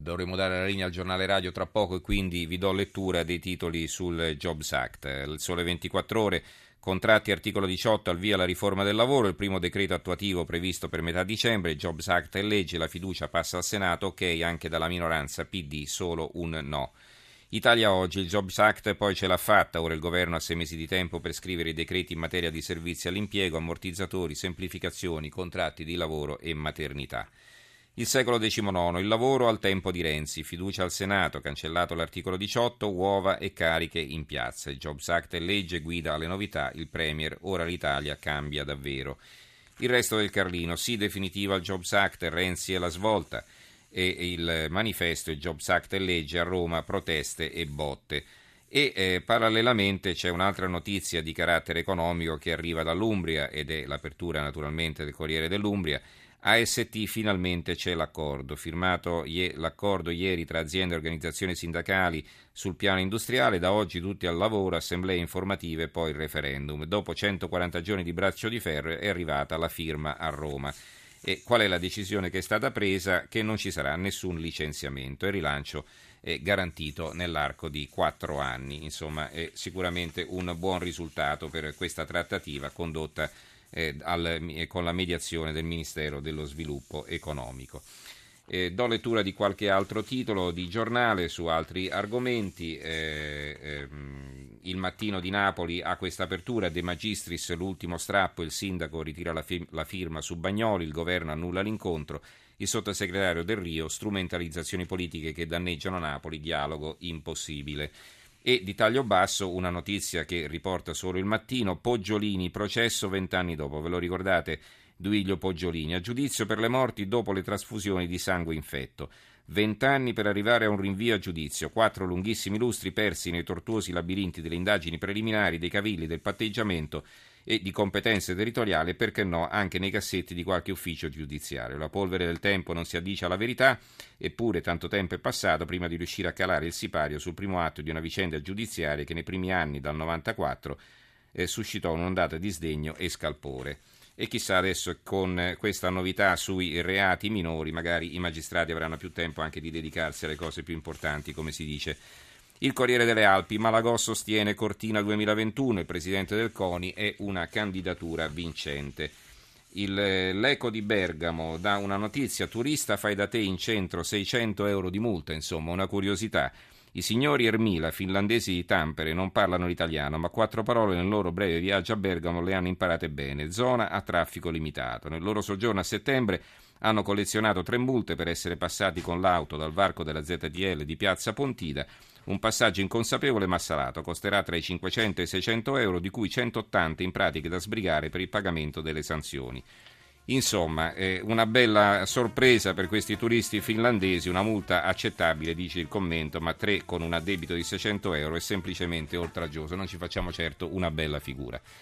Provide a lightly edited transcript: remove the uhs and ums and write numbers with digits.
Dovremo dare la linea al giornale radio tra poco e quindi vi do lettura dei titoli sul Jobs Act. Il Sole 24 Ore, contratti articolo 18, al via la riforma del lavoro, il primo decreto attuativo previsto per metà dicembre, Jobs Act è legge, la fiducia passa al Senato, ok anche dalla minoranza PD, solo un no. Italia Oggi, il Jobs Act poi ce l'ha fatta, ora il governo ha 6 mesi di tempo per scrivere i decreti in materia di servizi all'impiego, ammortizzatori, semplificazioni, contratti di lavoro e maternità. Il secolo XIX, il lavoro al tempo di Renzi, fiducia al Senato, cancellato l'articolo 18, uova e cariche in piazza. Il Jobs Act è legge, guida alle novità, il Premier, ora l'Italia cambia davvero. Il Resto del Carlino, sì definitiva al Jobs Act, Renzi e la svolta. E il Manifesto, il Jobs Act è legge, a Roma proteste e botte. E parallelamente c'è un'altra notizia di carattere economico che arriva dall'Umbria ed è l'apertura naturalmente del Corriere dell'Umbria. AST finalmente c'è l'accordo, firmato l'accordo ieri tra aziende e organizzazioni sindacali sul piano industriale, da oggi tutti al lavoro, assemblee informative e poi il referendum. Dopo 140 giorni di braccio di ferro è arrivata la firma a Roma. E qual è la decisione che è stata presa? Che non ci sarà nessun licenziamento, il rilancio è garantito nell'arco di 4 anni. Insomma, è sicuramente un buon risultato per questa trattativa condotta con la mediazione del Ministero dello Sviluppo Economico. Do lettura di qualche altro titolo di giornale su altri argomenti. Il Mattino di Napoli ha questa apertura: De Magistris, l'ultimo strappo, il sindaco ritira la firma su Bagnoli, il governo annulla l'incontro, il sottosegretario Del Rio, strumentalizzazioni politiche che danneggiano Napoli, dialogo impossibile. E di taglio basso una notizia che riporta solo il Mattino: Poggiolini, processo 20 anni dopo, ve lo ricordate? Duilio Poggiolini, a giudizio per le morti dopo le trasfusioni di sangue infetto. 20 anni per arrivare a un rinvio a giudizio, 4 lunghissimi lustri persi nei tortuosi labirinti delle indagini preliminari, dei cavilli, del patteggiamento e di competenze territoriali, perché no, anche nei cassetti di qualche ufficio giudiziario. La polvere del tempo non si addice alla verità, eppure tanto tempo è passato prima di riuscire a calare il sipario sul primo atto di una vicenda giudiziaria che nei primi anni, dal 94, suscitò un'ondata di sdegno e scalpore. E chissà adesso con questa novità sui reati minori magari i magistrati avranno più tempo anche di dedicarsi alle cose più importanti, come si dice. Il Corriere delle Alpi, Malagò sostiene Cortina 2021, il presidente del CONI, è una candidatura vincente. L'Eco di Bergamo dà una notizia: turista fai da te in centro, 600 euro di multa, insomma una curiosità. I signori Ermila, finlandesi di Tampere, non parlano l'italiano, ma 4 parole nel loro breve viaggio a Bergamo le hanno imparate bene. Zona a traffico limitato. Nel loro soggiorno a settembre hanno collezionato 3 multe per essere passati con l'auto dal varco della ZTL di Piazza Pontida. Un passaggio inconsapevole ma salato, costerà tra i 500 e i 600 euro, di cui 180 in pratica da sbrigare per il pagamento delle sanzioni. Insomma, una bella sorpresa per questi turisti finlandesi, una multa accettabile, dice il commento, ma 3 con un addebito di 600 euro è semplicemente oltraggioso, non ci facciamo certo una bella figura.